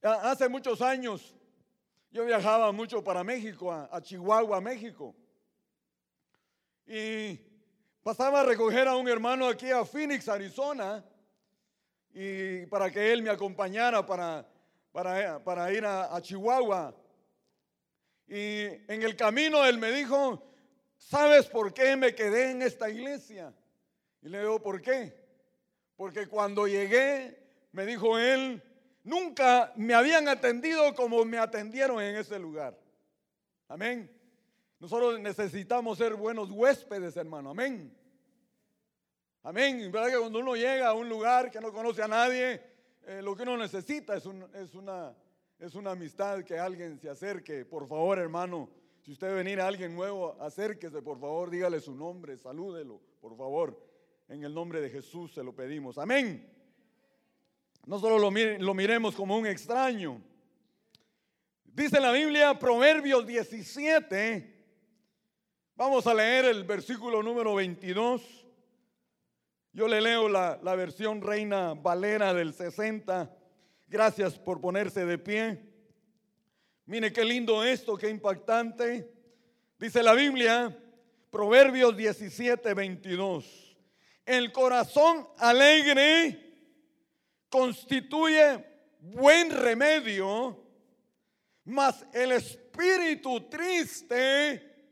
Hace muchos años yo viajaba mucho para México, a Chihuahua, México. Y pasaba a recoger a un hermano aquí a Phoenix, Arizona, y para que él me acompañara para ir a Chihuahua. Y en el camino él me dijo: ¿sabes por qué me quedé en esta iglesia? Y le digo: ¿por qué? Porque cuando llegué, me dijo él, nunca me habían atendido como me atendieron en ese lugar. Amén. Nosotros necesitamos ser buenos huéspedes, hermano. Amén. Amén. ¿Verdad que cuando uno llega a un lugar que no conoce a nadie, lo que uno necesita es una amistad, que alguien se acerque? Por favor, hermano, si usted ve venir a alguien nuevo, acérquese, por favor, dígale su nombre, salúdelo, por favor. En el nombre de Jesús se lo pedimos. Amén. No solo lo miremos como un extraño. Dice la Biblia, Proverbios 17. Vamos a leer el versículo número 22. Yo le leo la versión Reina Valera del 60. Gracias por ponerse de pie. Mire qué lindo esto, qué impactante. Dice la Biblia, Proverbios 17, 22. El corazón alegre constituye buen remedio, mas el espíritu triste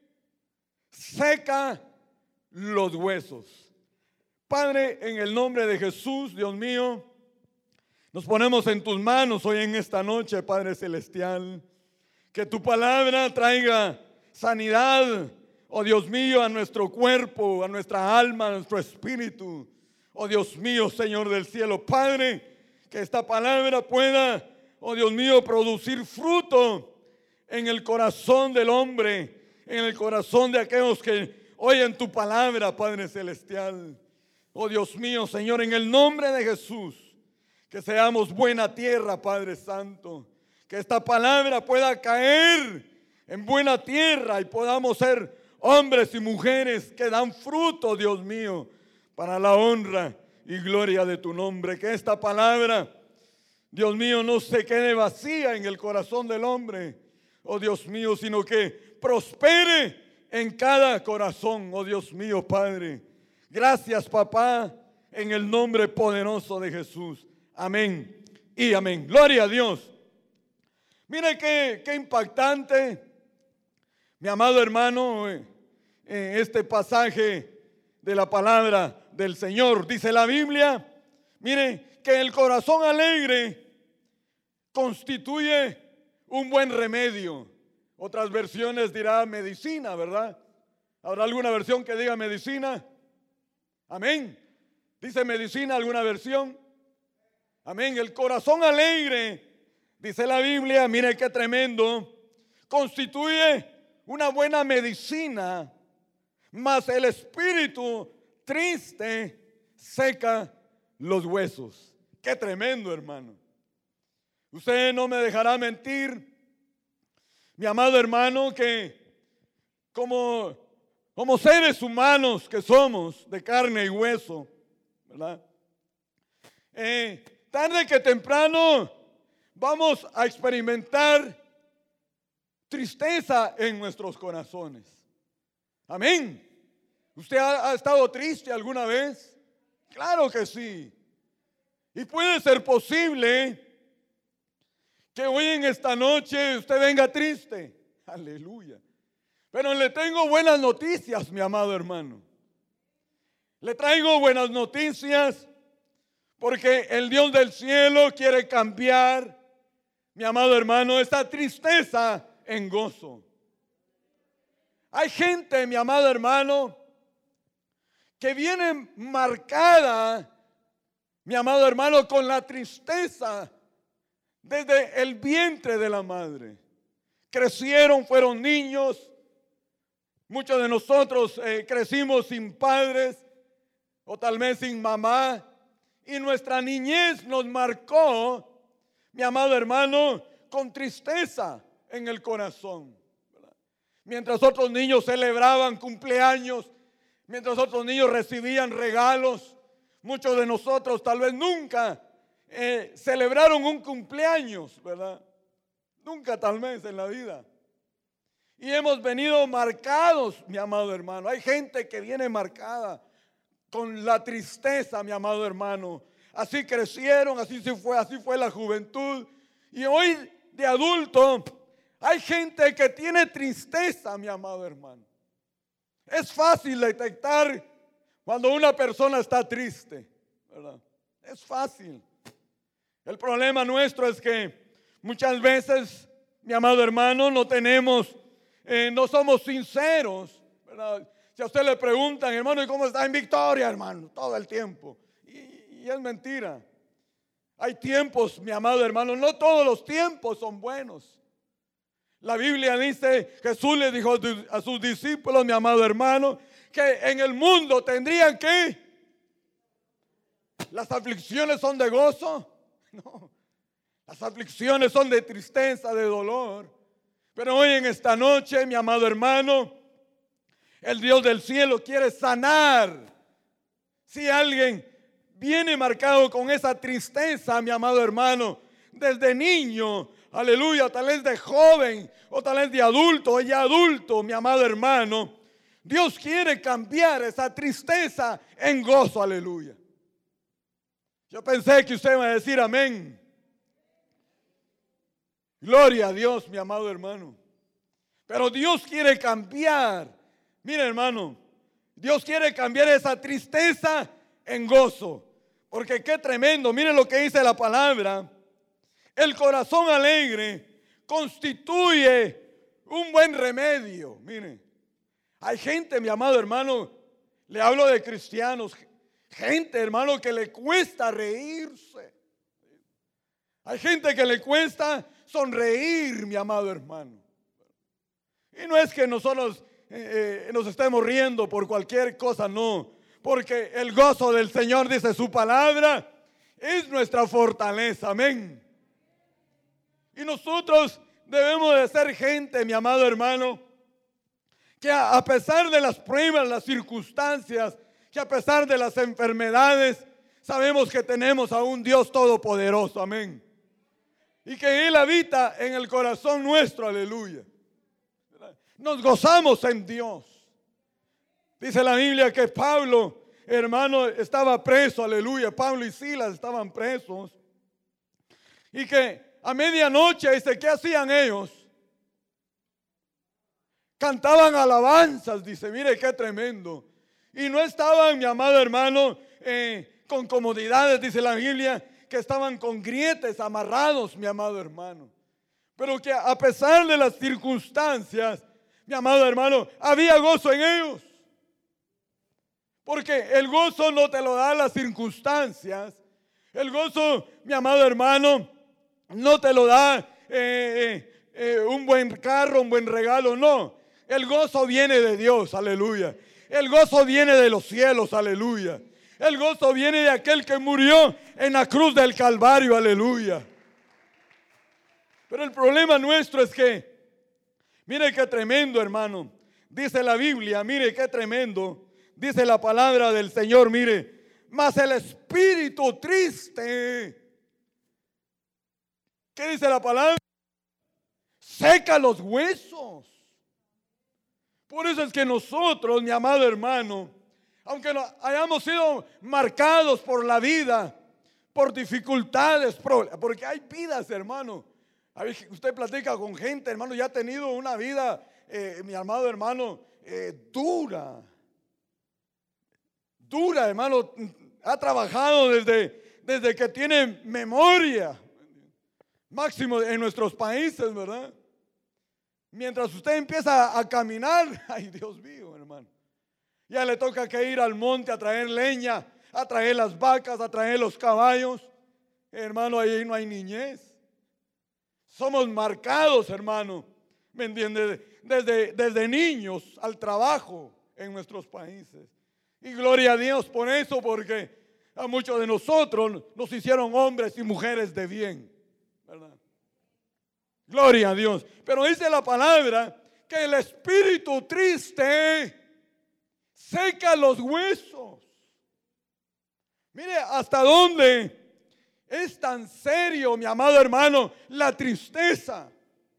seca los huesos. Padre, en el nombre de Jesús, Dios mío, nos ponemos en tus manos hoy en esta noche, Padre Celestial. Que tu palabra traiga sanidad, oh Dios mío, a nuestro cuerpo, a nuestra alma, a nuestro espíritu. Oh Dios mío, Señor del cielo, Padre, que esta palabra pueda, oh Dios mío, producir fruto en el corazón del hombre, en el corazón de aquellos que oyen tu palabra, Padre Celestial. Oh Dios mío, Señor, en el nombre de Jesús, que seamos buena tierra, Padre Santo. Que esta palabra pueda caer en buena tierra y podamos ser hombres y mujeres que dan fruto, Dios mío, para la honra y gloria de tu nombre. Que esta palabra, Dios mío, no se quede vacía en el corazón del hombre, oh Dios mío, sino que prospere en cada corazón, oh Dios mío, Padre. Gracias, papá, en el nombre poderoso de Jesús. Amén y amén. Gloria a Dios. Mire qué impactante, mi amado hermano, este pasaje de la palabra del Señor. Dice la Biblia, mire, que el corazón alegre constituye un buen remedio. Otras versiones dirá medicina, ¿verdad? ¿Habrá alguna versión que diga medicina? Amén. ¿Dice medicina alguna versión? Amén. El corazón alegre, dice la Biblia, mire qué tremendo, constituye una buena medicina, mas el espíritu triste seca los huesos. Qué tremendo, hermano. Usted no me dejará mentir, mi amado hermano, que como seres humanos que somos de carne y hueso, ¿verdad? Tarde que temprano vamos a experimentar tristeza en nuestros corazones. Amén. ¿Usted ha estado triste alguna vez? Claro que sí. Y puede ser posible que hoy en esta noche usted venga triste. Aleluya. Pero le tengo buenas noticias, mi amado hermano. Le traigo buenas noticias porque el Dios del cielo quiere cambiar, mi amado hermano, esta tristeza en gozo. Hay gente, mi amado hermano, que viene marcada, mi amado hermano, con la tristeza desde el vientre de la madre. Crecieron, fueron niños. Muchos de nosotros crecimos sin padres o tal vez sin mamá. Y nuestra niñez nos marcó, mi amado hermano, con tristeza en el corazón. Mientras otros niños celebraban cumpleaños, mientras otros niños recibían regalos, muchos de nosotros tal vez nunca celebraron un cumpleaños, ¿verdad? Nunca tal vez en la vida. Y hemos venido marcados, mi amado hermano. Hay gente que viene marcada con la tristeza, mi amado hermano. Así crecieron, así fue la juventud. Y hoy de adulto hay gente que tiene tristeza, mi amado hermano. Es fácil detectar cuando una persona está triste, ¿verdad? Es fácil. El problema nuestro es que muchas veces, mi amado hermano, no somos sinceros, ¿verdad? Si a usted le preguntan, hermano, ¿y cómo está en victoria, hermano? Todo el tiempo. Y es mentira. Hay tiempos, mi amado hermano, no todos los tiempos son buenos. La Biblia dice, Jesús le dijo a sus discípulos, mi amado hermano, que en el mundo tendrían que, las aflicciones son de gozo. No, las aflicciones son de tristeza, de dolor. Pero hoy en esta noche, mi amado hermano, el Dios del cielo quiere sanar. Si alguien viene marcado con esa tristeza, mi amado hermano, desde niño, aleluya, tal vez de joven o tal vez de adulto o ya adulto, mi amado hermano, Dios quiere cambiar esa tristeza en gozo, aleluya. Yo pensé que usted iba a decir amén. Gloria a Dios, mi amado hermano. Pero Dios quiere cambiar. Mire, hermano, Dios quiere cambiar esa tristeza en gozo. Porque qué tremendo. Mire lo que dice la palabra. El corazón alegre constituye un buen remedio. Mire, hay gente, mi amado hermano, le hablo de cristianos, gente, hermano, que le cuesta reírse. Hay gente que le cuesta sonreír, mi amado hermano. Y no es que nosotros nos estemos riendo por cualquier cosa, no. Porque el gozo del Señor, dice su palabra, es nuestra fortaleza, amén. Y nosotros debemos de ser gente, mi amado hermano, que a pesar de las pruebas, las circunstancias, que a pesar de las enfermedades, sabemos que tenemos a un Dios todopoderoso, amén. Y que Él habita en el corazón nuestro, aleluya. Nos gozamos en Dios. Dice la Biblia que Pablo, hermano, estaba preso, aleluya. Pablo y Silas estaban presos. Y que a medianoche, dice, ¿qué hacían ellos? Cantaban alabanzas, dice, mire qué tremendo. Y no estaban, mi amado hermano, con comodidades, dice la Biblia, que estaban con grietes amarrados, mi amado hermano. Pero que a pesar de las circunstancias, mi amado hermano, había gozo en ellos. Porque el gozo no te lo da las circunstancias. El gozo, mi amado hermano, no te lo da un buen carro, un buen regalo, no. El gozo viene de Dios, aleluya. El gozo viene de los cielos, aleluya. El gozo viene de aquel que murió en la cruz del Calvario, aleluya. Pero el problema nuestro es que, mire qué tremendo, hermano. Dice la Biblia, mire qué tremendo. Dice la palabra del Señor, mire. Mas el espíritu triste, ¿qué dice la palabra? Seca los huesos. Por eso es que nosotros, mi amado hermano, aunque no hayamos sido marcados por la vida, por dificultades, porque hay vidas, hermano. Usted platica con gente, hermano, ya ha tenido una vida, mi amado hermano, dura, hermano. Ha trabajado desde que tiene memoria, máximo en nuestros países, ¿verdad? Mientras usted empieza a caminar, ay Dios mío, hermano, ya le toca que ir al monte a traer leña, a traer las vacas, a traer los caballos. Hermano, ahí no hay niñez. Somos marcados, hermano, ¿me entiende? Desde niños al trabajo en nuestros países. Y gloria a Dios por eso, porque a muchos de nosotros nos hicieron hombres y mujeres de bien, ¿verdad? Gloria a Dios. Pero dice la palabra que el espíritu triste seca los huesos. Mire hasta dónde Es tan serio, mi amado hermano, la tristeza.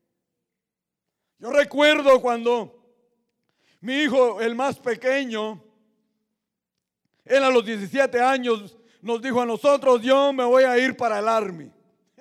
Yo recuerdo cuando mi hijo, el más pequeño, él a los 17 años nos dijo a nosotros: yo me voy a ir para el Army.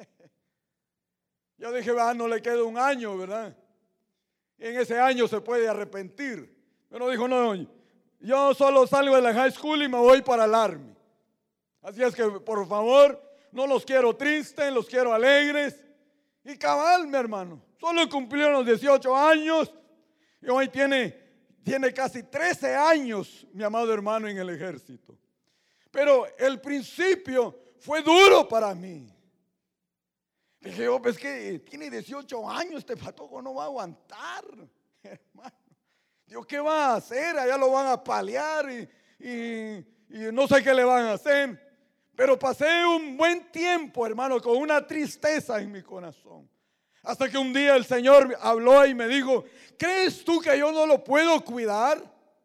Yo dije, no le queda un año, ¿verdad? En ese año se puede arrepentir. Pero dijo, no, yo solo salgo de la high school y me voy para el Army. Así es que, por favor, no los quiero tristes, los quiero alegres. Y cabal, mi hermano, solo cumplieron los 18 años y hoy tiene casi 13 años, mi amado hermano, en el ejército. Pero el principio fue duro para mí. Dije yo, pues que tiene 18 años, este patojo no va a aguantar, hermano. Digo, ¿qué va a hacer? Allá lo van a palear y no sé qué le van a hacer. Pero pasé un buen tiempo, hermano, con una tristeza en mi corazón. Hasta que un día el Señor habló y me dijo, ¿crees tú que yo no lo puedo cuidar?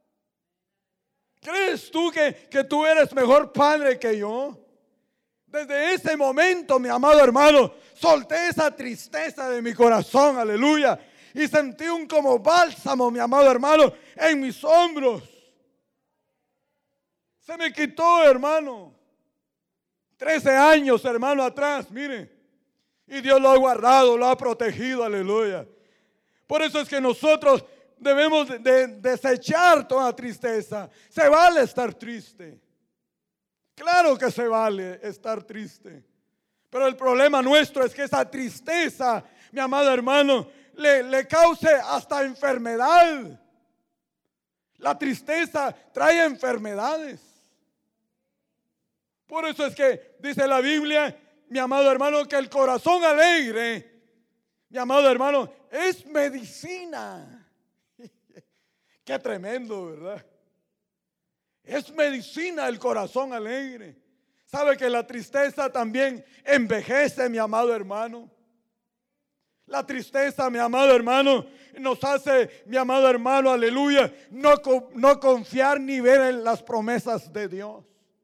¿Crees tú que tú eres mejor padre que yo? Desde ese momento, mi amado hermano, solté esa tristeza de mi corazón, aleluya. Y sentí un como bálsamo, mi amado hermano, en mis hombros. Se me quitó, hermano. 13 años, hermano, atrás, mire. Y Dios lo ha guardado, lo ha protegido, aleluya. Por eso es que nosotros debemos de desechar toda tristeza. Se vale estar triste. Claro que se vale estar triste. Pero el problema nuestro es que esa tristeza, mi amado hermano, le cause hasta enfermedad. La tristeza trae enfermedades. Por eso es que dice la Biblia, mi amado hermano, que el corazón alegre, mi amado hermano, es medicina. Qué tremendo, ¿verdad? Es medicina el corazón alegre. ¿Sabe que la tristeza también envejece, mi amado hermano? La tristeza, mi amado hermano, nos hace, mi amado hermano, aleluya, no confiar ni ver en las promesas de Dios.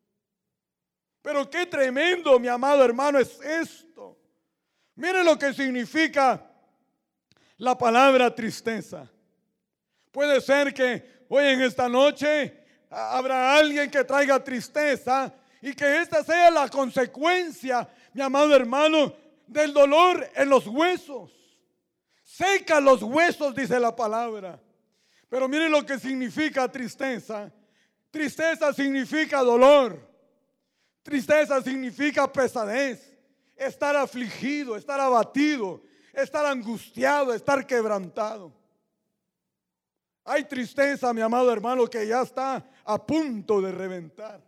Pero qué tremendo, mi amado hermano, es esto. Mire lo que significa la palabra tristeza. Puede ser que hoy en esta noche habrá alguien que traiga tristeza y que esta sea la consecuencia, mi amado hermano, del dolor en los huesos. Seca los huesos, dice la palabra. Pero mire lo que significa tristeza. Tristeza significa dolor. Tristeza significa pesadez, estar afligido, estar abatido, estar angustiado, estar quebrantado. Hay tristeza, mi amado hermano, que ya está a punto de reventar.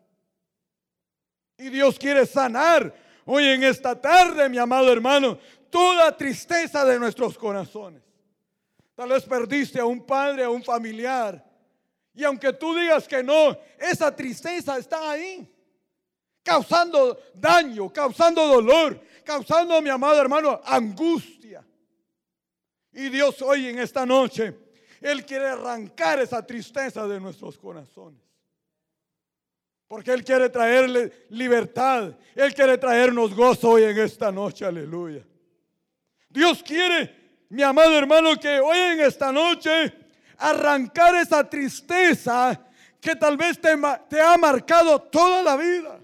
Y Dios quiere sanar hoy en esta tarde, mi amado hermano, toda tristeza de nuestros corazones. Tal vez perdiste a un padre, a un familiar. Y aunque tú digas que no, esa tristeza está ahí. Causando daño, causando dolor, causando, mi amado hermano, angustia. Y Dios hoy en esta noche, Él quiere arrancar esa tristeza de nuestros corazones. Porque Él quiere traerle libertad. Él quiere traernos gozo hoy en esta noche, aleluya. Dios quiere, mi amado hermano, que hoy en esta noche arrancar esa tristeza que tal vez te ha marcado toda la vida.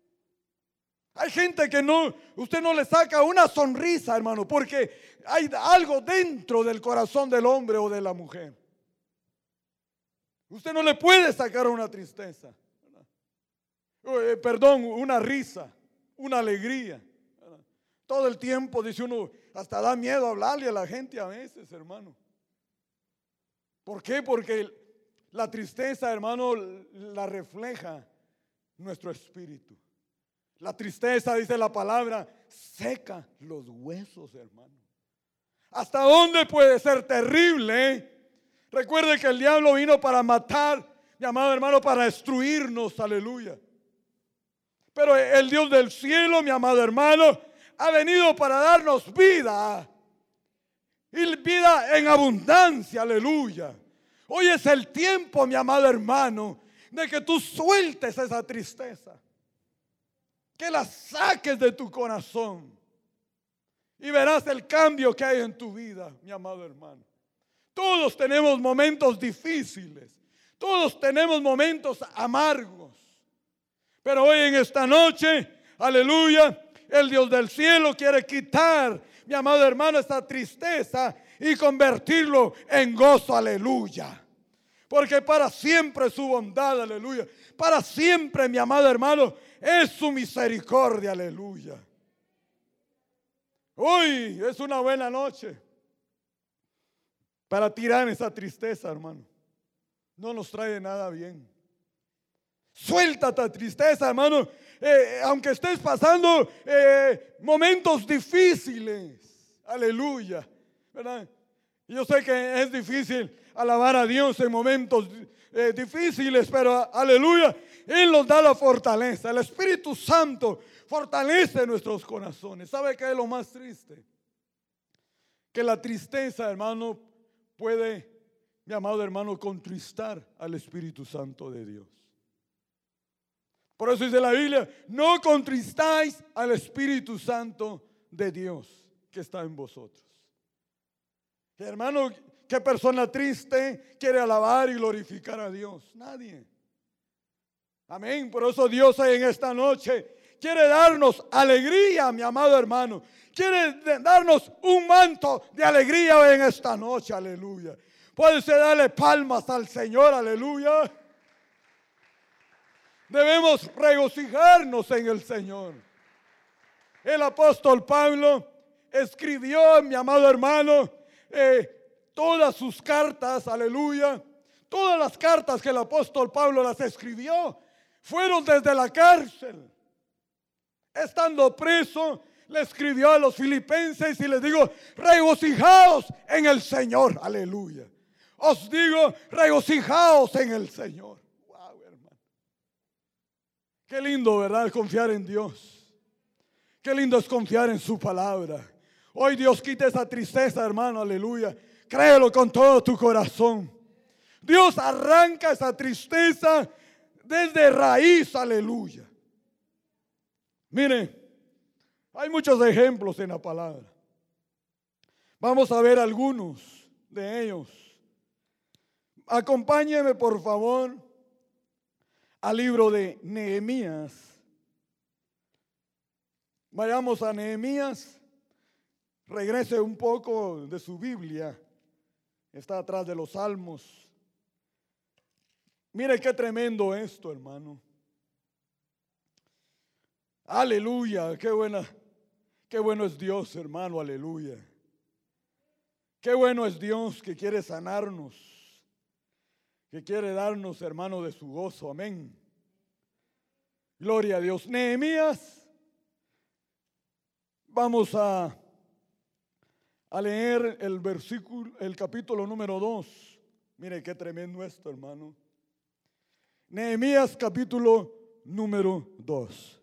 Hay gente que usted no le saca una sonrisa, hermano, porque hay algo dentro del corazón del hombre o de la mujer. Usted no le puede sacar una tristeza, una risa, una alegría. Todo el tiempo, dice uno, hasta da miedo hablarle a la gente a veces, hermano. ¿Por qué? Porque la tristeza, hermano, la refleja nuestro espíritu. La tristeza, dice la palabra, seca los huesos, hermano. ¿Hasta dónde puede ser terrible? Recuerde que el diablo vino para matar, mi amado hermano, para destruirnos, aleluya. Pero el Dios del cielo, mi amado hermano, ha venido para darnos vida. Y vida en abundancia, aleluya. Hoy es el tiempo, mi amado hermano, de que tú sueltes esa tristeza. que la saques de tu corazón y verás el cambio que hay en tu vida, mi amado hermano. Todos tenemos momentos difíciles, todos tenemos momentos amargos, pero hoy en esta noche, aleluya, el Dios del cielo quiere quitar, mi amado hermano, esta tristeza y convertirlo en gozo, aleluya. Porque para siempre es su bondad, aleluya. Para siempre, mi amado hermano, es su misericordia, aleluya. Hoy es una buena noche para tirar esa tristeza, hermano. No nos trae nada bien. Suelta esta tristeza, hermano. Aunque estés pasando momentos difíciles, aleluya, ¿verdad? Yo sé que es difícil alabar a Dios en momentos difíciles, pero aleluya, Él nos da la fortaleza. El Espíritu Santo fortalece nuestros corazones. ¿Sabe qué es lo más triste? Que la tristeza, hermano, puede, mi amado hermano, contristar al Espíritu Santo de Dios. Por eso dice la Biblia, no contristáis al Espíritu Santo de Dios que está en vosotros. Hermano, ¿qué persona triste quiere alabar y glorificar a Dios? Nadie. Amén. Por eso Dios en esta noche quiere darnos alegría, mi amado hermano. Quiere darnos un manto de alegría en esta noche, aleluya. Puede darle palmas al Señor, aleluya. Debemos regocijarnos en el Señor. El apóstol Pablo escribió, mi amado hermano, todas sus cartas, aleluya. Todas las cartas que el apóstol Pablo las escribió fueron desde la cárcel. Estando preso, le escribió a los filipenses y les digo, regocijaos en el Señor, aleluya. Os digo, regocijaos en el Señor. Wow, hermano. Qué lindo, ¿verdad? Confiar en Dios. Qué lindo es confiar en su palabra. Hoy Dios quita esa tristeza, hermano, aleluya. Créelo con todo tu corazón. Dios arranca esa tristeza desde raíz, aleluya. Mire, hay muchos ejemplos en la palabra. Vamos a ver algunos de ellos. Acompáñeme, por favor, al libro de Nehemías. Vayamos a Nehemías. Regrese un poco de su Biblia. Está atrás de los Salmos. Mire qué tremendo esto, hermano. Aleluya, qué bueno es Dios, hermano, aleluya. Qué bueno es Dios que quiere sanarnos, que quiere darnos, hermano, de su gozo, amén. Gloria a Dios. Nehemías, vamos a leer el versículo, el capítulo número 2. Mire qué tremendo esto, hermano. Nehemías capítulo número 2.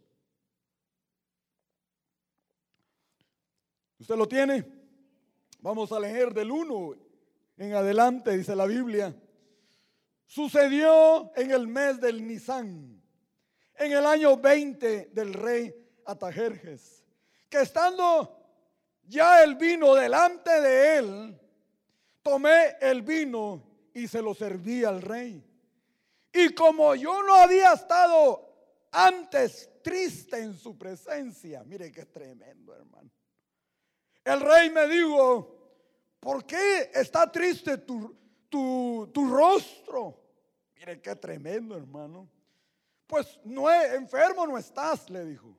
¿Usted lo tiene? Vamos a leer del 1 en adelante, dice la Biblia. Sucedió en el mes del Nisán, en el año 20 del rey Artajerjes, que estando ya el vino delante de él, tomé el vino y se lo serví al rey. Y como yo no había estado antes triste en su presencia, mire qué tremendo, hermano. El rey me dijo, ¿por qué está triste tu rostro? Mire qué tremendo, hermano. Pues enfermo no estás, le dijo.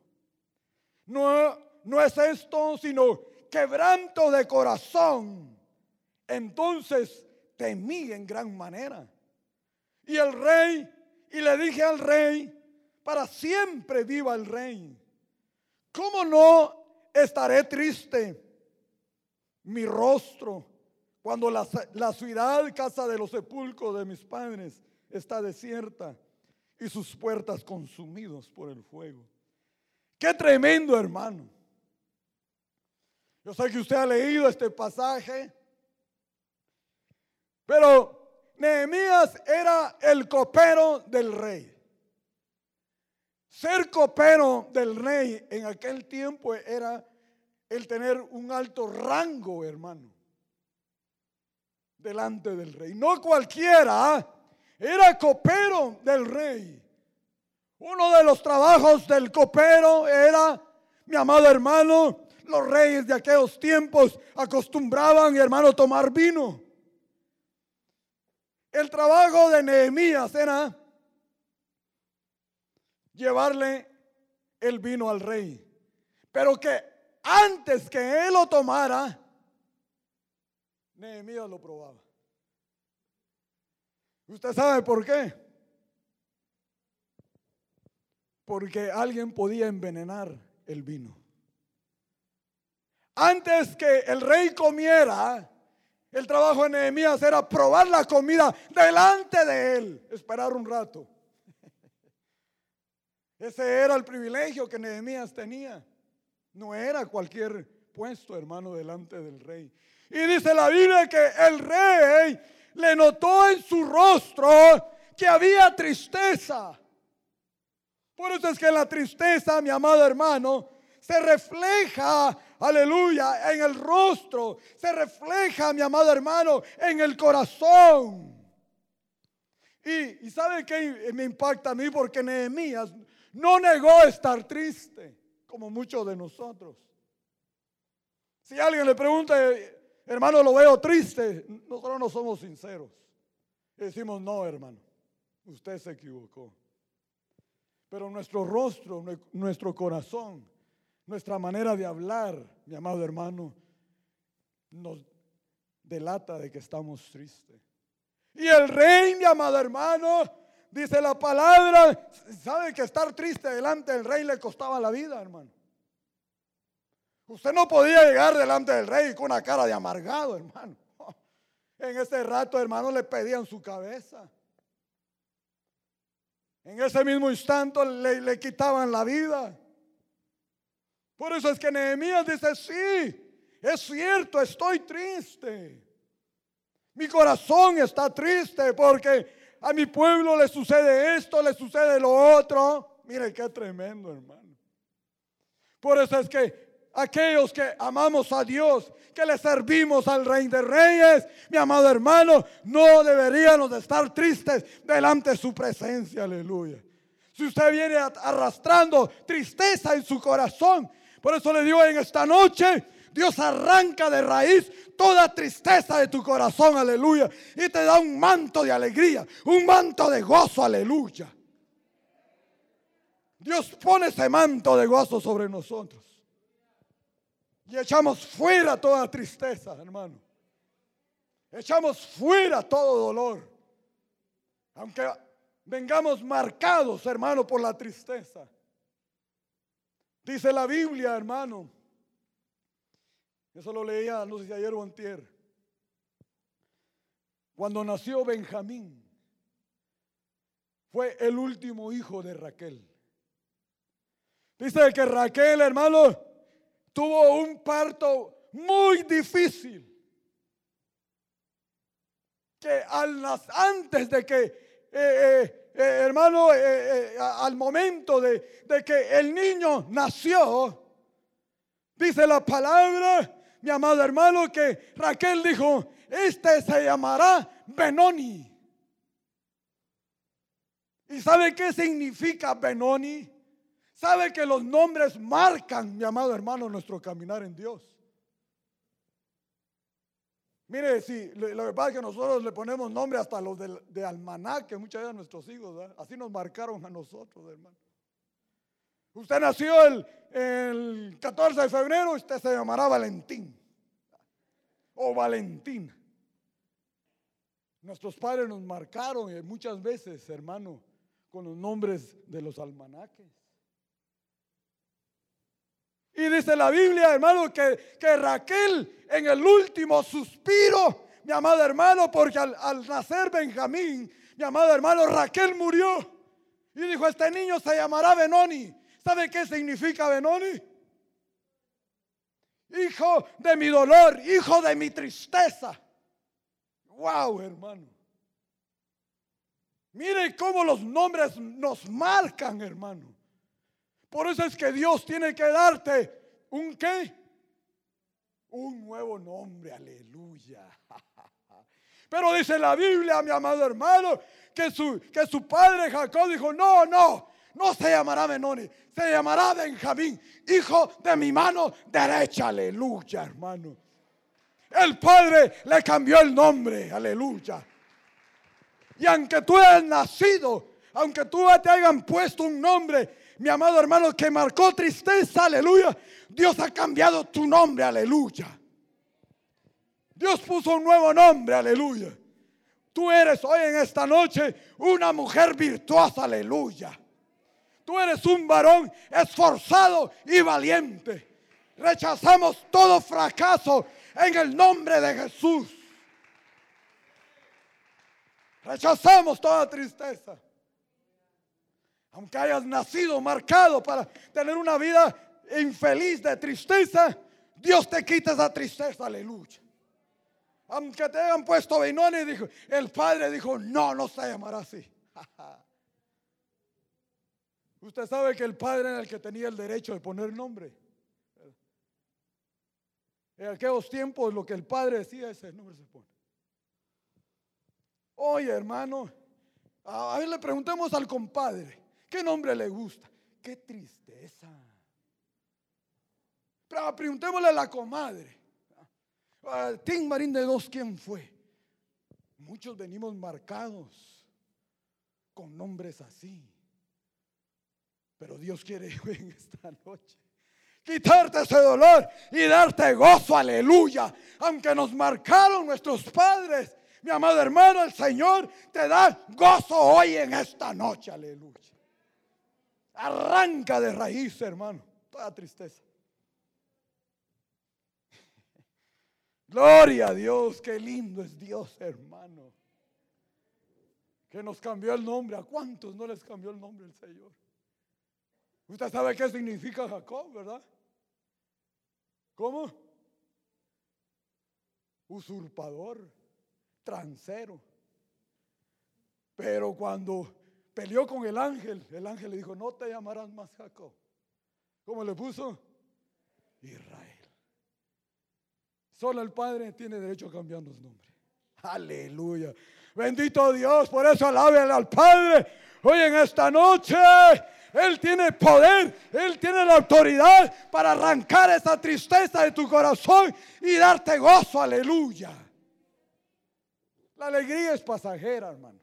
No es esto, sino quebranto de corazón. Entonces temí en gran manera. Y le dije al rey, para siempre viva el rey. ¿Cómo no estaré triste mi rostro cuando la ciudad, casa de los sepulcros de mis padres, está desierta y sus puertas consumidos por el fuego? Qué tremendo, hermano. Yo sé que usted ha leído este pasaje, pero Nehemías era el copero del rey. Ser copero del rey en aquel tiempo era el tener un alto rango, hermano, delante del rey. No cualquiera era copero del rey. Uno de los trabajos del copero era, mi amado hermano, los reyes de aquellos tiempos acostumbraban, hermano, tomar vino. El trabajo de Nehemías era llevarle el vino al rey, pero que antes que él lo tomara, Nehemías lo probaba. ¿Usted sabe por qué? Porque alguien podía envenenar el vino. Antes que el rey comiera, el trabajo de Nehemías era probar la comida delante de él, esperar un rato. Ese era el privilegio que Nehemías tenía. No era cualquier puesto, hermano, delante del rey. Y dice la Biblia que el rey le notó en su rostro que había tristeza. Por eso es que la tristeza, mi amado hermano, se refleja, aleluya, en el rostro. Se refleja, mi amado hermano, en el corazón. Y ¿sabe qué me impacta a mí? Porque Nehemías no negó estar triste, como muchos de nosotros. Si alguien le pregunta, hermano, lo veo triste, nosotros no somos sinceros. Y decimos, no, hermano, usted se equivocó. Pero nuestro rostro, nuestro corazón, nuestra manera de hablar, mi amado hermano, nos delata de que estamos tristes. Y el rey, mi amado hermano, dice la palabra, sabe que estar triste delante del rey le costaba la vida, hermano. Usted no podía llegar delante del rey con una cara de amargado, hermano. En ese rato, hermano, le pedían su cabeza. En ese mismo instante le quitaban la vida. Por eso es que Nehemías dice, sí, es cierto, estoy triste. Mi corazón está triste porque a mi pueblo le sucede esto, le sucede lo otro. Mire qué tremendo, hermano. Por eso es que aquellos que amamos a Dios, que le servimos al Rey de Reyes, mi amado hermano, no deberíamos de estar tristes delante de su presencia, aleluya. Si usted viene arrastrando tristeza en su corazón, por eso le digo en esta noche, Dios arranca de raíz toda tristeza de tu corazón, aleluya, y te da un manto de alegría, un manto de gozo, aleluya. Dios pone ese manto de gozo sobre nosotros. Y echamos fuera toda tristeza, hermano. Echamos fuera todo dolor. Aunque vengamos marcados, hermano, por la tristeza. Dice la Biblia, hermano. Eso lo leía, no sé si ayer o antier. Cuando nació Benjamín, fue el último hijo de Raquel. Dice que Raquel, hermano, tuvo un parto muy difícil. Que antes de que, hermano, al momento de que el niño nació, dice la palabra, mi amado hermano, que Raquel dijo, este se llamará Benoni. ¿Y sabe qué significa Benoni? ¿Sabe que los nombres marcan, mi amado hermano, nuestro caminar en Dios? Mire, si lo que pasa es que nosotros le ponemos nombre hasta los de almanaque, muchas veces a nuestros hijos, ¿verdad? Así nos marcaron a nosotros, hermano. Usted nació el 14 de febrero, usted se llamará Valentín o Valentina. Nuestros padres nos marcaron muchas veces, hermano, con los nombres de los almanaques. Y dice la Biblia, hermano, que Raquel en el último suspiro, mi amado hermano, porque al nacer Benjamín, mi amado hermano, Raquel murió. Y dijo, este niño se llamará Benoni. ¿Sabe qué significa Benoni? Hijo de mi dolor, hijo de mi tristeza. Wow, hermano. Mire cómo los nombres nos marcan, hermano. Por eso es que Dios tiene que darte un ¿qué? Un nuevo nombre, aleluya. Pero dice la Biblia, mi amado hermano, que su padre Jacob dijo, no se llamará Benoni, se llamará Benjamín, hijo de mi mano derecha, aleluya, hermano. El padre le cambió el nombre, aleluya. Y aunque tú hayas nacido, aunque tú te hayan puesto un nombre, mi amado hermano, que marcó tristeza, aleluya, Dios ha cambiado tu nombre, aleluya. Dios puso un nuevo nombre, aleluya. Tú eres hoy en esta noche una mujer virtuosa, aleluya. Tú eres un varón esforzado y valiente. Rechazamos todo fracaso en el nombre de Jesús. Rechazamos toda tristeza. Aunque hayas nacido marcado para tener una vida infeliz de tristeza, Dios te quita esa tristeza, aleluya. Aunque te hayan puesto Benoni, dijo, el padre dijo, no se llamará así. Usted sabe que el padre era el que tenía el derecho de poner nombre. En aquellos tiempos lo que el padre decía, ese nombre se pone. Oye, hermano, a ver, le preguntemos al compadre, ¿qué nombre le gusta? Qué tristeza. Pero preguntémosle a la comadre, Tim Marín de Dos, ¿quién fue? Muchos venimos marcados con nombres así. Pero Dios quiere hoy en esta noche quitarte ese dolor y darte gozo, aleluya. Aunque nos marcaron nuestros padres, mi amado hermano, el Señor te da gozo hoy en esta noche, aleluya. Arranca de raíz, hermano, toda tristeza. Gloria a Dios, qué lindo es Dios, hermano, que nos cambió el nombre. ¿A cuántos no les cambió el nombre el Señor? Usted sabe qué significa Jacob, ¿verdad? ¿Cómo? Usurpador, transero. Pero cuando peleó con el ángel le dijo, no te llamarás más Jacob. ¿Cómo le puso? Israel. Solo el Padre tiene derecho a cambiarnos nombre. Aleluya. Bendito Dios. Por eso alábenle al Padre hoy en esta noche. Él tiene poder, Él tiene la autoridad para arrancar esa tristeza de tu corazón y darte gozo, aleluya. La alegría es pasajera, hermano.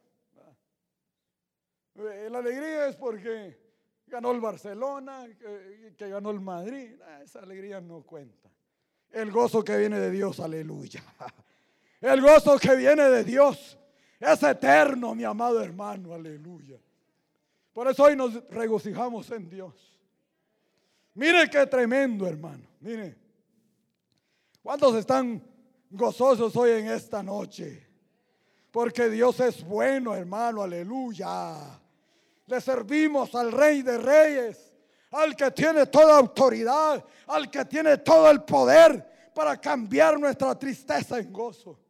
La alegría es porque ganó el Barcelona, que ganó el Madrid. Esa alegría no cuenta. El gozo que viene de Dios, aleluya. El gozo que viene de Dios es eterno, mi amado hermano, aleluya. Por eso hoy nos regocijamos en Dios. Mire qué tremendo, hermano. Mire, ¿cuántos están gozosos hoy en esta noche? Porque Dios es bueno, hermano, aleluya. Le servimos al Rey de Reyes, al que tiene toda autoridad, al que tiene todo el poder para cambiar nuestra tristeza en gozo.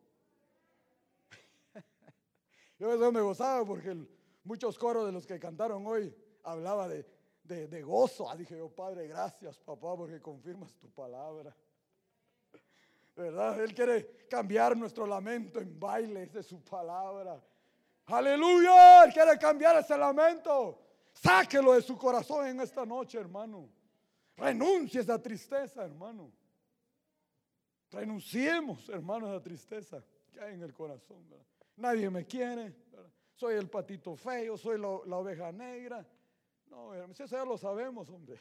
Yo eso me gozaba porque muchos coros de los que cantaron hoy hablaba de gozo. Dije yo, Padre, gracias, papá, porque confirmas tu palabra. ¿Verdad? Él quiere cambiar nuestro lamento en bailes de su palabra. Aleluya, Él quiere cambiar ese lamento. Sáquelo de su corazón en esta noche, hermano. Renuncie a esa tristeza, hermano. Renunciemos, hermano, a la tristeza que hay en el corazón, ¿verdad? Nadie me quiere, ¿verdad? Soy el patito feo, soy la oveja negra. No, eso ya lo sabemos, hombre.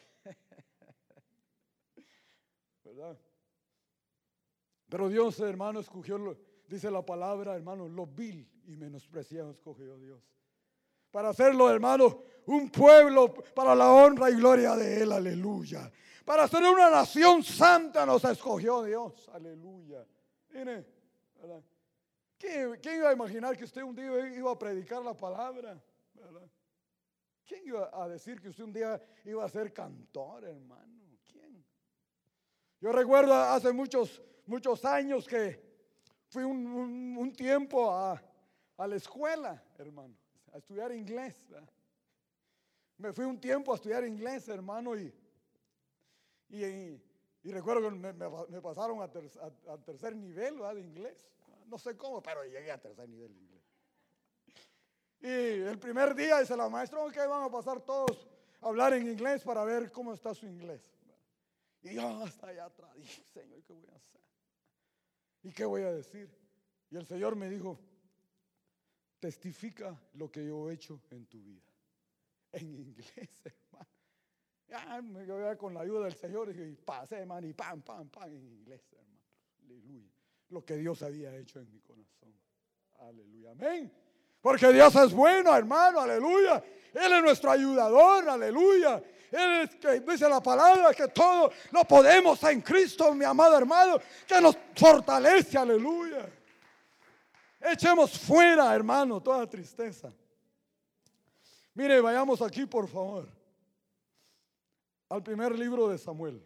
¿Verdad? Pero Dios, hermano, escogió, dice la palabra, hermano, lo vil y menospreciado escogió Dios. Para hacerlo, hermano, un pueblo para la honra y gloria de Él, aleluya. Para ser una nación santa nos escogió Dios, aleluya. Mire, ¿verdad? ¿Quién iba a imaginar que usted un día iba a predicar la palabra? ¿Verdad? ¿Quién iba a decir que usted un día iba a ser cantor, hermano? ¿Quién? Yo recuerdo hace muchos años que fui un tiempo a la escuela, hermano, a estudiar inglés, ¿verdad? Me fui un tiempo a estudiar inglés, hermano, y recuerdo que me pasaron a tercer nivel, ¿verdad?, de inglés. No sé cómo, pero llegué a tercer nivel de inglés. Y el primer día dice la maestra: ok, van a pasar todos a hablar en inglés para ver cómo está su inglés. Y yo hasta allá atrás dije: Señor, ¿qué voy a hacer? ¿Y qué voy a decir? Y el Señor me dijo: testifica lo que yo he hecho en tu vida. En inglés, hermano. Ya yo con la ayuda del Señor y pasé, hermano, y pam, en inglés, hermano. Aleluya. Lo que Dios había hecho en mi corazón. Aleluya, amén. Porque Dios es bueno, hermano, aleluya. Él es nuestro ayudador, aleluya. Él es que dice la palabra que todo lo podemos en Cristo, mi amado hermano, que nos fortalece, aleluya. Echemos fuera, hermano, toda tristeza. Mire, vayamos aquí, por favor, al primer libro de Samuel.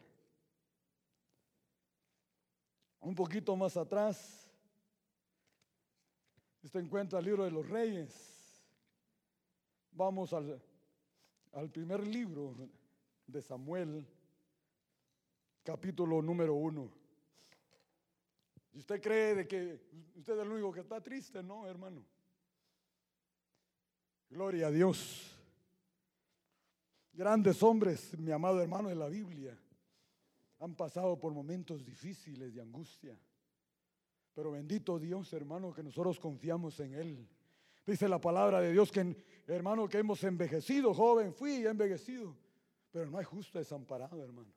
Un poquito más atrás. Usted encuentra el libro de los Reyes. Vamos al primer libro de Samuel, capítulo número 1. Si usted cree de que usted es el único que está triste, no, hermano. Gloria a Dios. Grandes hombres, mi amado hermano, de la Biblia han pasado por momentos difíciles de angustia. Pero bendito Dios, hermano, que nosotros confiamos en Él. Dice la palabra de Dios que, hermano, que hemos envejecido. Joven fui y he envejecido, pero no hay justo desamparado, hermano.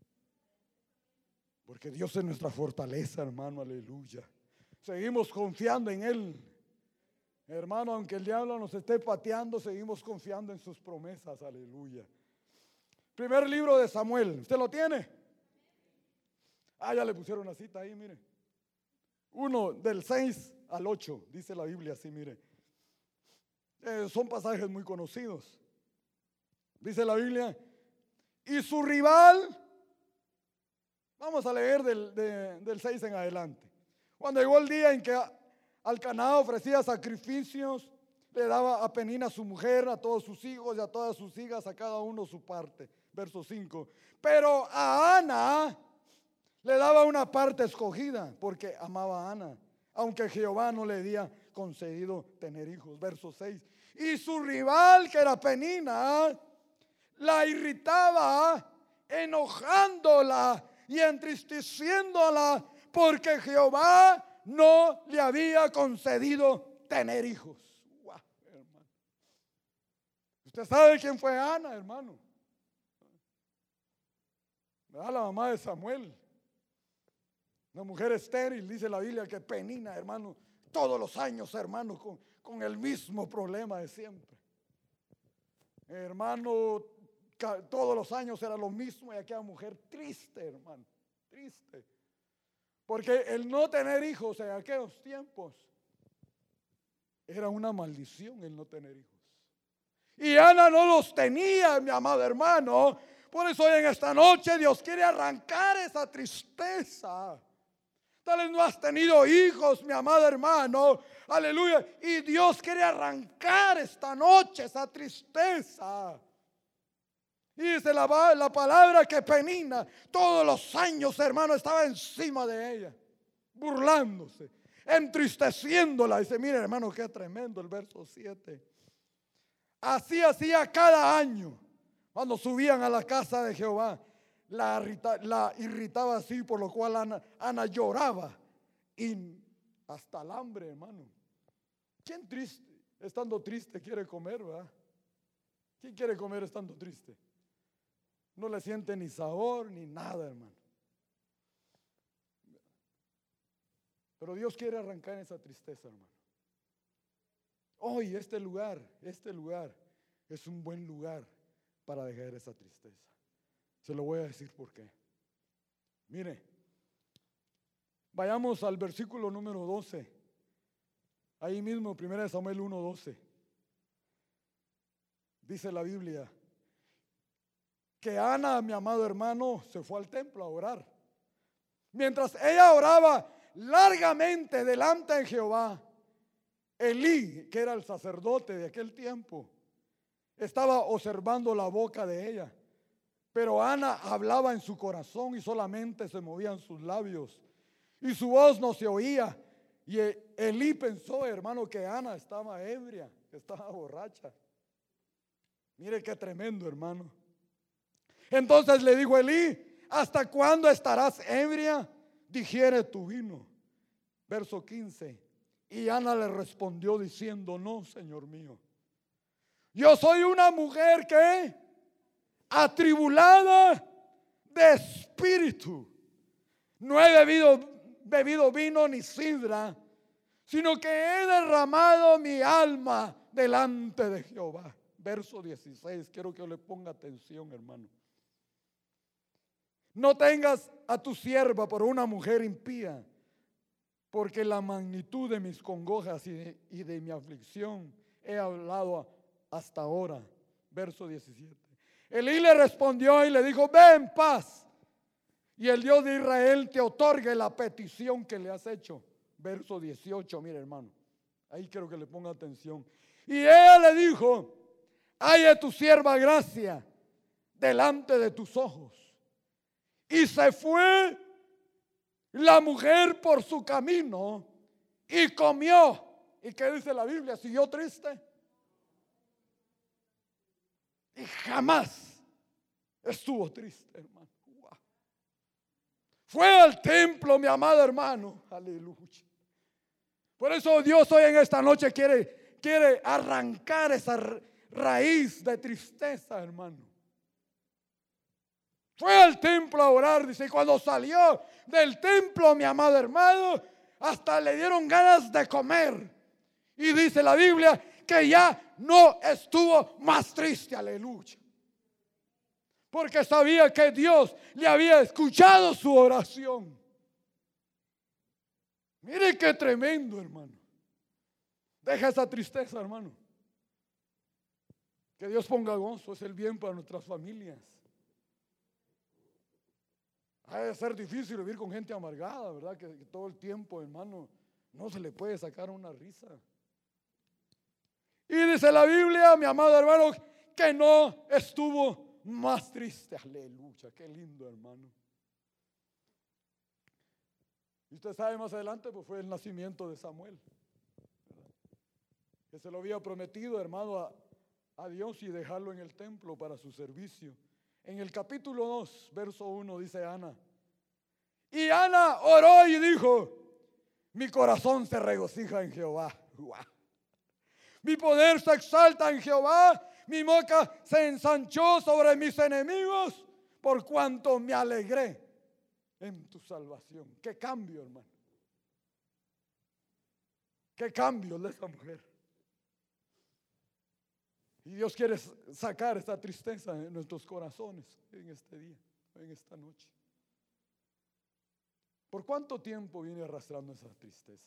Porque Dios es nuestra fortaleza, hermano, aleluya. Seguimos confiando en Él. Hermano, aunque el diablo nos esté pateando, seguimos confiando en sus promesas, aleluya. Primer libro de Samuel, ¿usted lo tiene? Ya le pusieron la cita ahí, mire. 1 del 6 al 8, dice la Biblia así, mire. Son pasajes muy conocidos. Dice la Biblia: y su rival, vamos a leer del 6 en adelante. Cuando llegó el día en que Alcaná ofrecía sacrificios, le daba a Penina su mujer, a todos sus hijos y a todas sus hijas, a cada uno su parte. Verso 5. Pero a Ana le daba una parte escogida porque amaba a Ana, aunque Jehová no le había concedido tener hijos. Verso 6. Y su rival, que era Penina, la irritaba, enojándola y entristeciéndola, porque Jehová no le había concedido tener hijos. Wow, hermano. Usted sabe quién fue Ana, hermano. La mamá de Samuel. Una mujer estéril, dice la Biblia, que Penina, hermano, todos los años, hermano, con el mismo problema de siempre. Hermano, todos los años era lo mismo, y aquella mujer triste, hermano, triste. Porque el no tener hijos en aquellos tiempos era una maldición, el no tener hijos. Y Ana no los tenía, mi amado hermano. Por eso hoy en esta noche Dios quiere arrancar esa tristeza. Tal vez no has tenido hijos, mi amado hermano, aleluya, y Dios quiere arrancar esta noche esa tristeza. Y dice la palabra que Penina todos los años, hermano, estaba encima de ella, burlándose, entristeciéndola. Dice: mire, hermano, qué tremendo el verso 7. Así hacía cada año cuando subían a la casa de Jehová. La irritaba así, por lo cual Ana lloraba y hasta el hambre, hermano. ¿Quién triste, estando triste, quiere comer, verdad? ¿Quién quiere comer estando triste? No le siente ni sabor ni nada, hermano. Pero Dios quiere arrancar esa tristeza, hermano. Hoy este lugar es un buen lugar para dejar esa tristeza. Se lo voy a decir por qué. Mire, vayamos al versículo número 12. Ahí mismo, 1 Samuel 1:12. Dice la Biblia que Ana, mi amado hermano, se fue al templo a orar. Mientras ella oraba largamente delante de Jehová, Elí, que era el sacerdote de aquel tiempo, estaba observando la boca de ella. Pero Ana hablaba en su corazón y solamente se movían sus labios. Y su voz no se oía. Y Elí pensó, hermano, que Ana estaba ebria, que estaba borracha. Mire qué tremendo, hermano. Entonces le dijo Elí: ¿hasta cuándo estarás ebria? Digiere tu vino. Verso 15. Y Ana le respondió diciendo: no, Señor mío, yo soy una mujer que atribulada de espíritu. No he bebido vino ni sidra, sino que he derramado mi alma delante de Jehová. Verso 16, quiero que le ponga atención, hermano. No tengas a tu sierva por una mujer impía, porque la magnitud de mis congojas y de mi aflicción he hablado hasta ahora. Verso 17. Elí le respondió y le dijo: ve en paz, y el Dios de Israel te otorgue la petición que le has hecho. Verso 18, mire, hermano, ahí quiero que le ponga atención. Y ella le dijo: haya tu sierva gracia delante de tus ojos. Y se fue la mujer por su camino y comió. ¿Y qué dice la Biblia? ¿Siguió triste? Y jamás estuvo triste, hermano. Wow. Fue al templo, mi amado hermano. Aleluya. Por eso Dios hoy en esta noche quiere arrancar esa raíz de tristeza, hermano. Fue al templo a orar, dice, y cuando salió del templo, mi amado hermano, hasta le dieron ganas de comer. Y dice la Biblia que ya no estuvo más triste, aleluya. Porque sabía que Dios le había escuchado su oración. Mire qué tremendo, hermano. Deja esa tristeza, hermano. Que Dios ponga gozo, es el bien para nuestras familias. Ha de ser difícil vivir con gente amargada, ¿verdad? Que todo el tiempo, hermano, no se le puede sacar una risa. Y dice la Biblia, mi amado hermano, que no estuvo más triste. Aleluya, qué lindo, hermano. Y usted sabe, más adelante pues fue el nacimiento de Samuel, ¿verdad? Que se lo había prometido, hermano, a Dios y dejarlo en el templo para su servicio. En el capítulo 2, verso 1 dice Ana: y Ana oró y dijo: mi corazón se regocija en Jehová. ¡Wow! Mi poder se exalta en Jehová, mi boca se ensanchó sobre mis enemigos, por cuanto me alegré en tu salvación. Qué cambio, hermano. Qué cambio de esa mujer. Y Dios quiere sacar esta tristeza en nuestros corazones en este día, en esta noche. ¿Por cuánto tiempo viene arrastrando esa tristeza?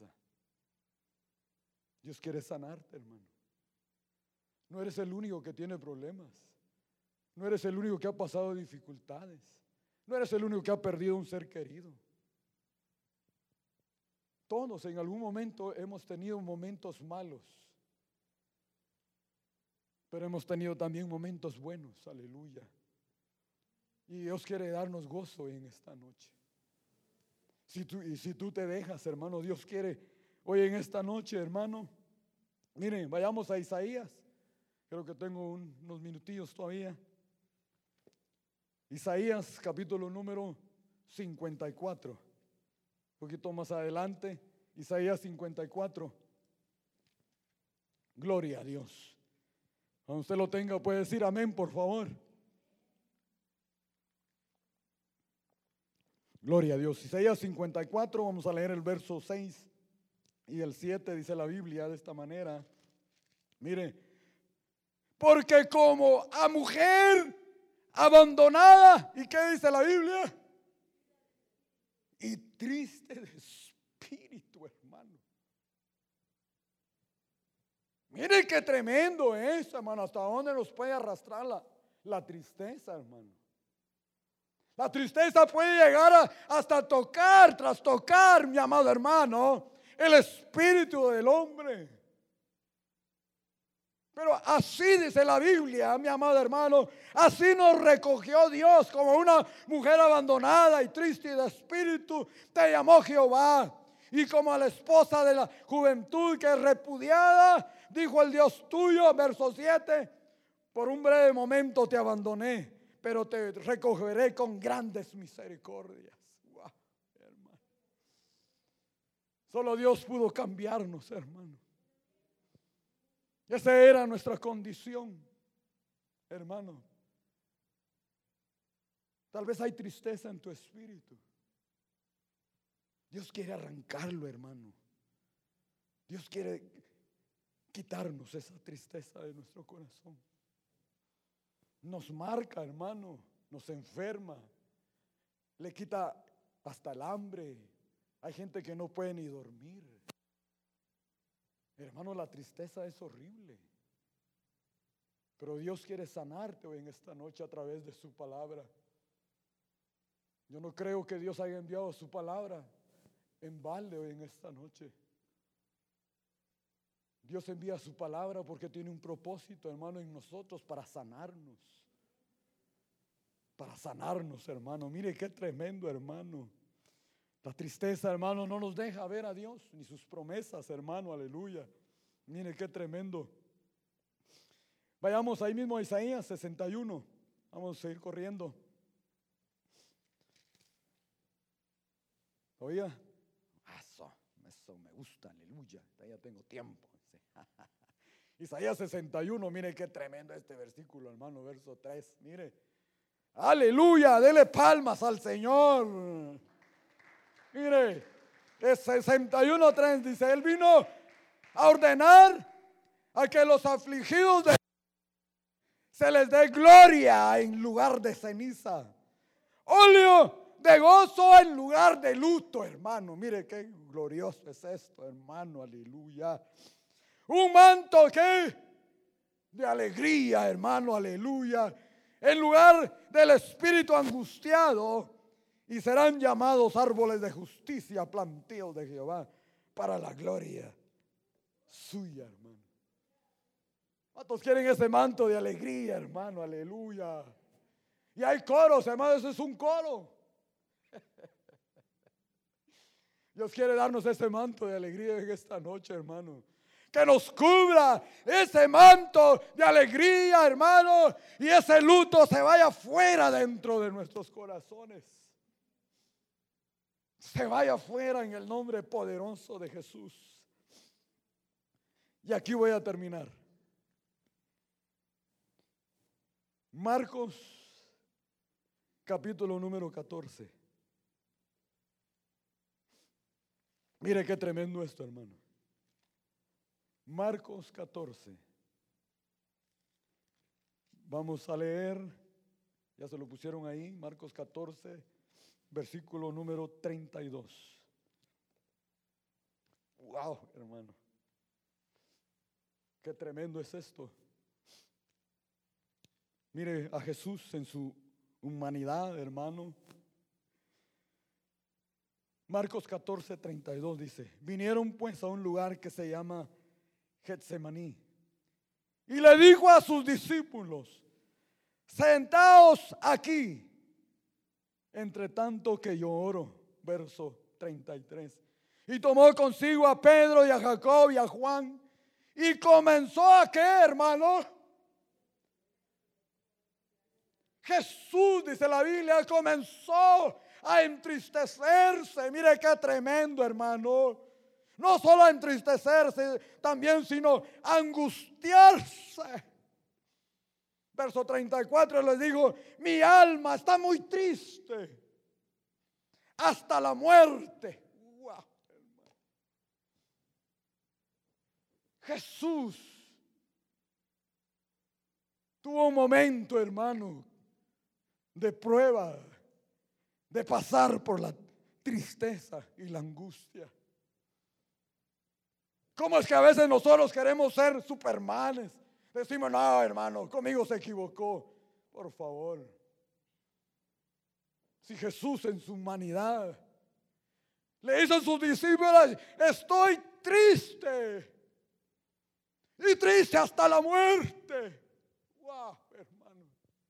Dios quiere sanarte, hermano. No eres el único que tiene problemas. No eres el único que ha pasado dificultades. No eres el único que ha perdido un ser querido. Todos en algún momento hemos tenido momentos malos, pero hemos tenido también momentos buenos, aleluya. Y Dios quiere darnos gozo en esta noche. Si tú te dejas, hermano, Dios quiere hoy en esta noche, hermano. Miren, vayamos a Isaías. Creo que tengo unos minutillos todavía. Isaías capítulo número 54. Un poquito más adelante, Isaías 54. Gloria a Dios. Cuando usted lo tenga puede decir amén, por favor. Gloria a Dios. Isaías 54, vamos a leer el verso 6 y el 7, dice la Biblia de esta manera. Mire, porque como a mujer abandonada, ¿y qué dice la Biblia? Y triste de espíritu, hermano. Mire qué tremendo es, hermano, hasta dónde nos puede arrastrar la tristeza, hermano. La tristeza puede llegar hasta tocar, tras tocar, mi amado hermano, el espíritu del hombre. Pero así dice la Biblia, mi amado hermano, así nos recogió Dios como una mujer abandonada y triste y de espíritu, te llamó Jehová. Y como a la esposa de la juventud que es repudiada, dijo el Dios tuyo, verso 7, por un breve momento te abandoné, pero te recogeré con grandes misericordias. Wow, hermano. Solo Dios pudo cambiarnos, hermano. Esa era nuestra condición, hermano. Tal vez hay tristeza en tu espíritu. Dios quiere arrancarlo, hermano. Dios quiere quitarnos esa tristeza de nuestro corazón. Nos marca, hermano, nos enferma, le quita hasta el hambre. Hay gente que no puede ni dormir. Hermano, la tristeza es horrible. Pero Dios quiere sanarte hoy en esta noche a través de su palabra. Yo no creo que Dios haya enviado su palabra en balde hoy en esta noche. Dios envía su palabra porque tiene un propósito, hermano, en nosotros para sanarnos. Para sanarnos, hermano. Mire qué tremendo, hermano. La tristeza, hermano, no nos deja ver a Dios ni sus promesas, hermano, aleluya. Mire qué tremendo. Vayamos ahí mismo a Isaías 61. Vamos a seguir corriendo. Oiga, eso me gusta, aleluya. Ya tengo tiempo. Isaías 61, mire qué tremendo este versículo, hermano, verso 3. Mire, aleluya, dele palmas al Señor. Mire, es 61:3 dice, Él vino a ordenar a que los afligidos se les dé gloria en lugar de ceniza, óleo de gozo en lugar de luto, hermano. Mire qué glorioso es esto, hermano, aleluya. Un manto que de alegría, hermano, aleluya, en lugar del espíritu angustiado. Y serán llamados árboles de justicia, plantíos de Jehová, para la gloria suya, hermano. ¿Cuántos quieren ese manto de alegría, hermano? Aleluya. Y hay coros, hermano, eso es un coro. Dios quiere darnos ese manto de alegría en esta noche, hermano. Que nos cubra ese manto de alegría, hermano, y ese luto se vaya fuera dentro de nuestros corazones. Se vaya afuera en el nombre poderoso de Jesús. Y aquí voy a terminar. Marcos, capítulo número 14. Mire qué tremendo esto, hermano. Marcos 14. Vamos a leer, ya se lo pusieron ahí, Marcos 14. Versículo número 32. Wow, hermano. Qué tremendo es esto. Mire a Jesús en su humanidad, hermano. Marcos 14:32 dice: vinieron pues a un lugar que se llama Getsemaní. Y le dijo a sus discípulos: sentaos aquí, entre tanto que yo oro. Verso 33. Y tomó consigo a Pedro y a Jacob y a Juan. Y comenzó a ¿qué, hermano? Jesús, dice la Biblia, comenzó a entristecerse. Mire qué tremendo, hermano. No solo a entristecerse también, sino a angustiarse. Verso 34 les digo: mi alma está muy triste hasta la muerte. Wow, hermano. Jesús tuvo un momento, hermano, de prueba, de pasar por la tristeza y la angustia. ¿Cómo es que a veces nosotros queremos ser supermanes? Decimos: no, hermano, conmigo se equivocó. Por favor. Si Jesús en su humanidad le hizo a sus discípulos: estoy triste. y triste hasta la muerte. Wow, hermano.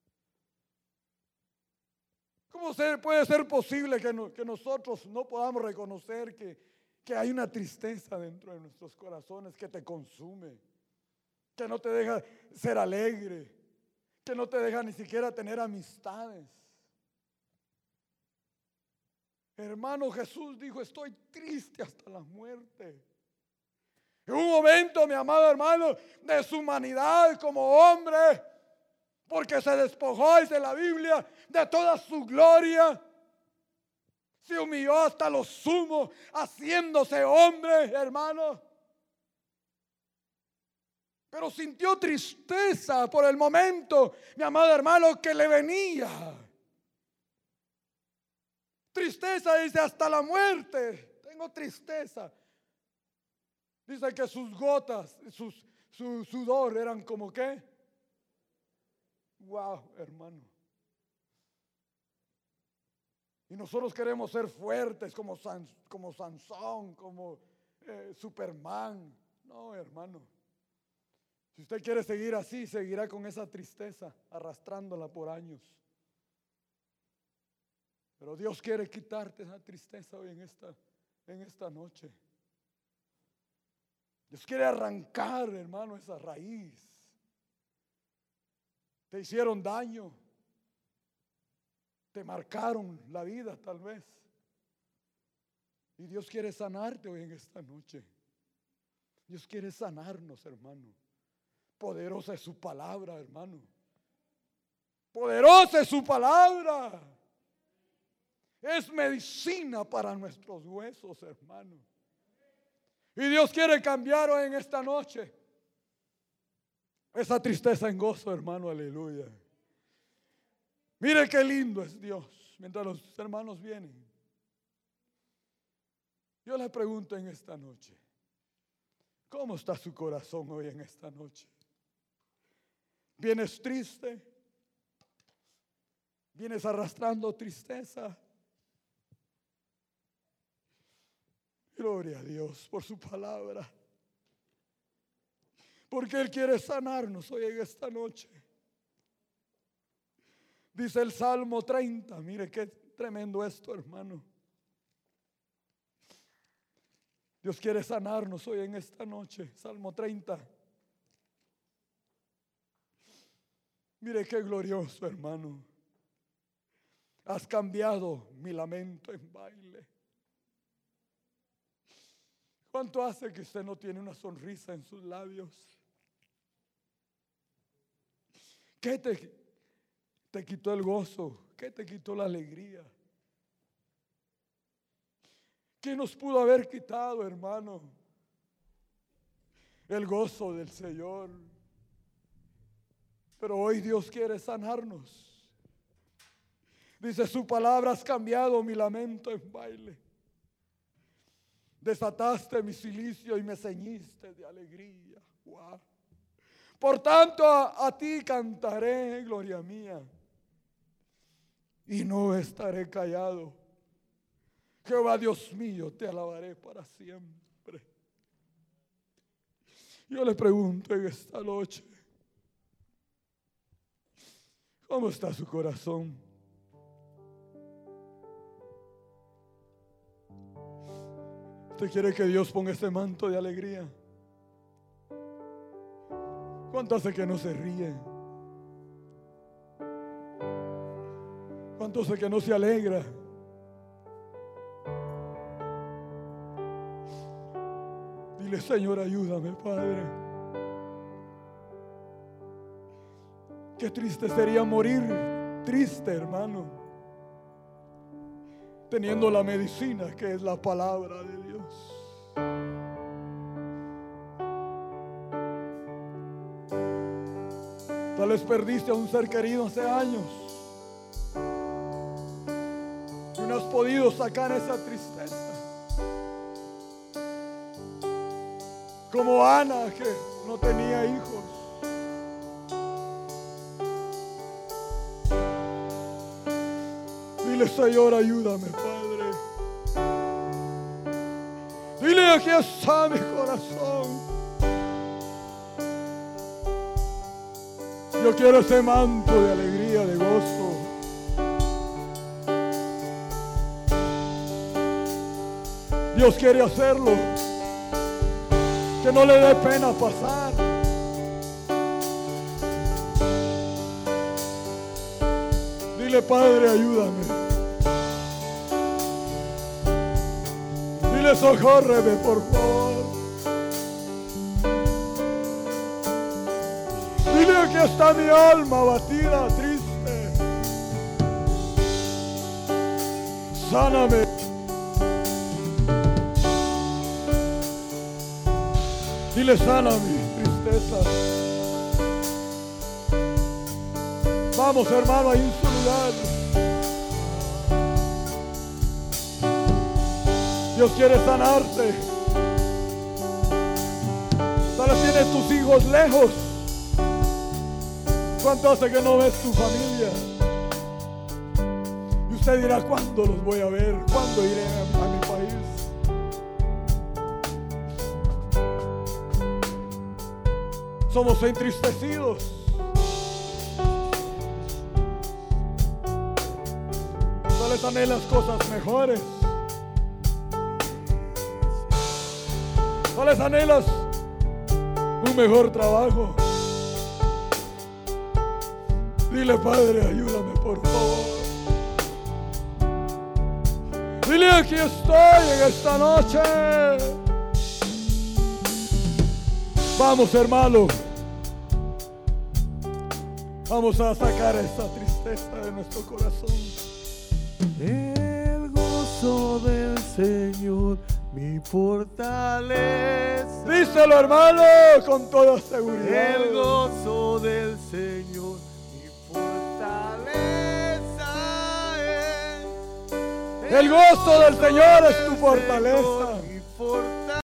¿Cómo puede ser posible que nosotros no podamos reconocer que hay una tristeza dentro de nuestros corazones que te consume, que no te deja ser alegre, que no te deja ni siquiera tener amistades? Hermano, Jesús dijo: estoy triste hasta la muerte. En un momento, mi amado hermano, de su humanidad como hombre, porque se despojó, dice la Biblia, de toda su gloria, se humilló hasta lo sumo, haciéndose hombre, hermano. Pero sintió tristeza por el momento, mi amado hermano, que le venía. Tristeza, dice, hasta la muerte. Tengo tristeza. Dice que sus gotas, su sudor eran como ¿qué? Wow, hermano. Y nosotros queremos ser fuertes como Sansón, como Superman. No, hermano. Si usted quiere seguir así, seguirá con esa tristeza, arrastrándola por años. Pero Dios quiere quitarte esa tristeza hoy en esta noche. Dios quiere arrancar, hermano, esa raíz. Te hicieron daño. Te marcaron la vida tal vez. Y Dios quiere sanarte hoy en esta noche. Dios quiere sanarnos, hermano. Poderosa es su palabra, hermano. Poderosa es su palabra. Es medicina para nuestros huesos, hermano. Y Dios quiere cambiar hoy en esta noche esa tristeza en gozo, hermano, aleluya. Mire qué lindo es Dios mientras los hermanos vienen. Yo le pregunto en esta noche, ¿cómo está su corazón hoy en esta noche? ¿Vienes triste? ¿Vienes arrastrando tristeza? Gloria a Dios por su palabra. Porque Él quiere sanarnos hoy en esta noche. Dice el Salmo 30. Mire qué tremendo esto, hermano. Dios quiere sanarnos hoy en esta noche. Salmo 30. Mire qué glorioso, hermano. Has cambiado mi lamento en baile. ¿Cuánto hace que usted no tiene una sonrisa en sus labios? ¿Qué te quitó el gozo? ¿Qué te quitó la alegría? ¿Qué nos pudo haber quitado, hermano? El gozo del Señor. Pero hoy Dios quiere sanarnos. Dice su palabra: has cambiado mi lamento en baile. Desataste mi cilicio y me ceñiste de alegría. Wow. Por tanto a ti cantaré, gloria mía, y no estaré callado. Jehová Dios mío, te alabaré para siempre. Yo le pregunto en esta noche, ¿cómo está su corazón? ¿Usted quiere que Dios ponga ese manto de alegría? ¿Cuánto hace que no se ríe? ¿Cuánto hace que no se alegra? Dile: Señor, ayúdame, Padre. Qué triste sería morir triste, hermano, teniendo la medicina que es la palabra de Dios. Tal vez perdiste a un ser querido hace años y no has podido sacar esa tristeza. Como Ana, que no tenía hijos. Dile: Señor, ayúdame, Padre. Dile: aquí está mi corazón. Yo quiero ese manto de alegría, de gozo. Dios quiere hacerlo. Que no le dé pena pasar. Dile, Padre, ayúdame. Dile, socórreme, por favor. Dile, que está mi alma abatida, triste. Sáname. Dile, sana mi tristeza. Vamos, hermano, ahí en su lugar. Dios quiere sanarte. Tal vez tienes tus hijos lejos. ¿Cuánto hace que no ves tu familia? Y usted dirá, ¿cuándo los voy a ver? ¿Cuándo iré a mi país? Somos entristecidos. No les anhelas cosas mejores. No les anhelas un mejor trabajo. Dile, Padre, ayúdame, por favor. Dile, aquí estoy en esta noche. Vamos, hermano. Vamos a sacar esa tristeza de nuestro corazón. El gozo del Señor, mi fortaleza. Díselo, hermano, con toda seguridad. El gozo del Señor, mi fortaleza. El gozo del Señor es tu fortaleza.